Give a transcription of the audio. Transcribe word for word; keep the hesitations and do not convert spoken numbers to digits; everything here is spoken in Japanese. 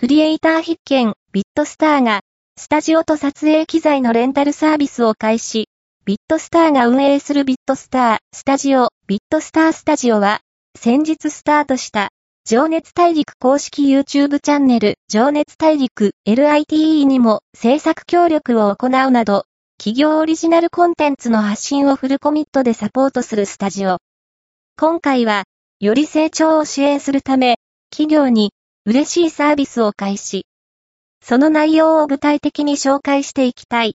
クリエイター必見、ビットスターが、スタジオと撮影機材のレンタルサービスを開始。ビットスターが運営するビットスター、スタジオ、ビットスタースタジオは、先日スタートした、情熱大陸公式 YouTube チャンネル、情熱大陸 エルアイティーイー にも制作協力を行うなど、企業オリジナルコンテンツの発信をフルコミットでサポートするスタジオ。今回は、より成長を支援するため、企業に嬉しいサービスを開始。その内容を具体的に紹介していきたい。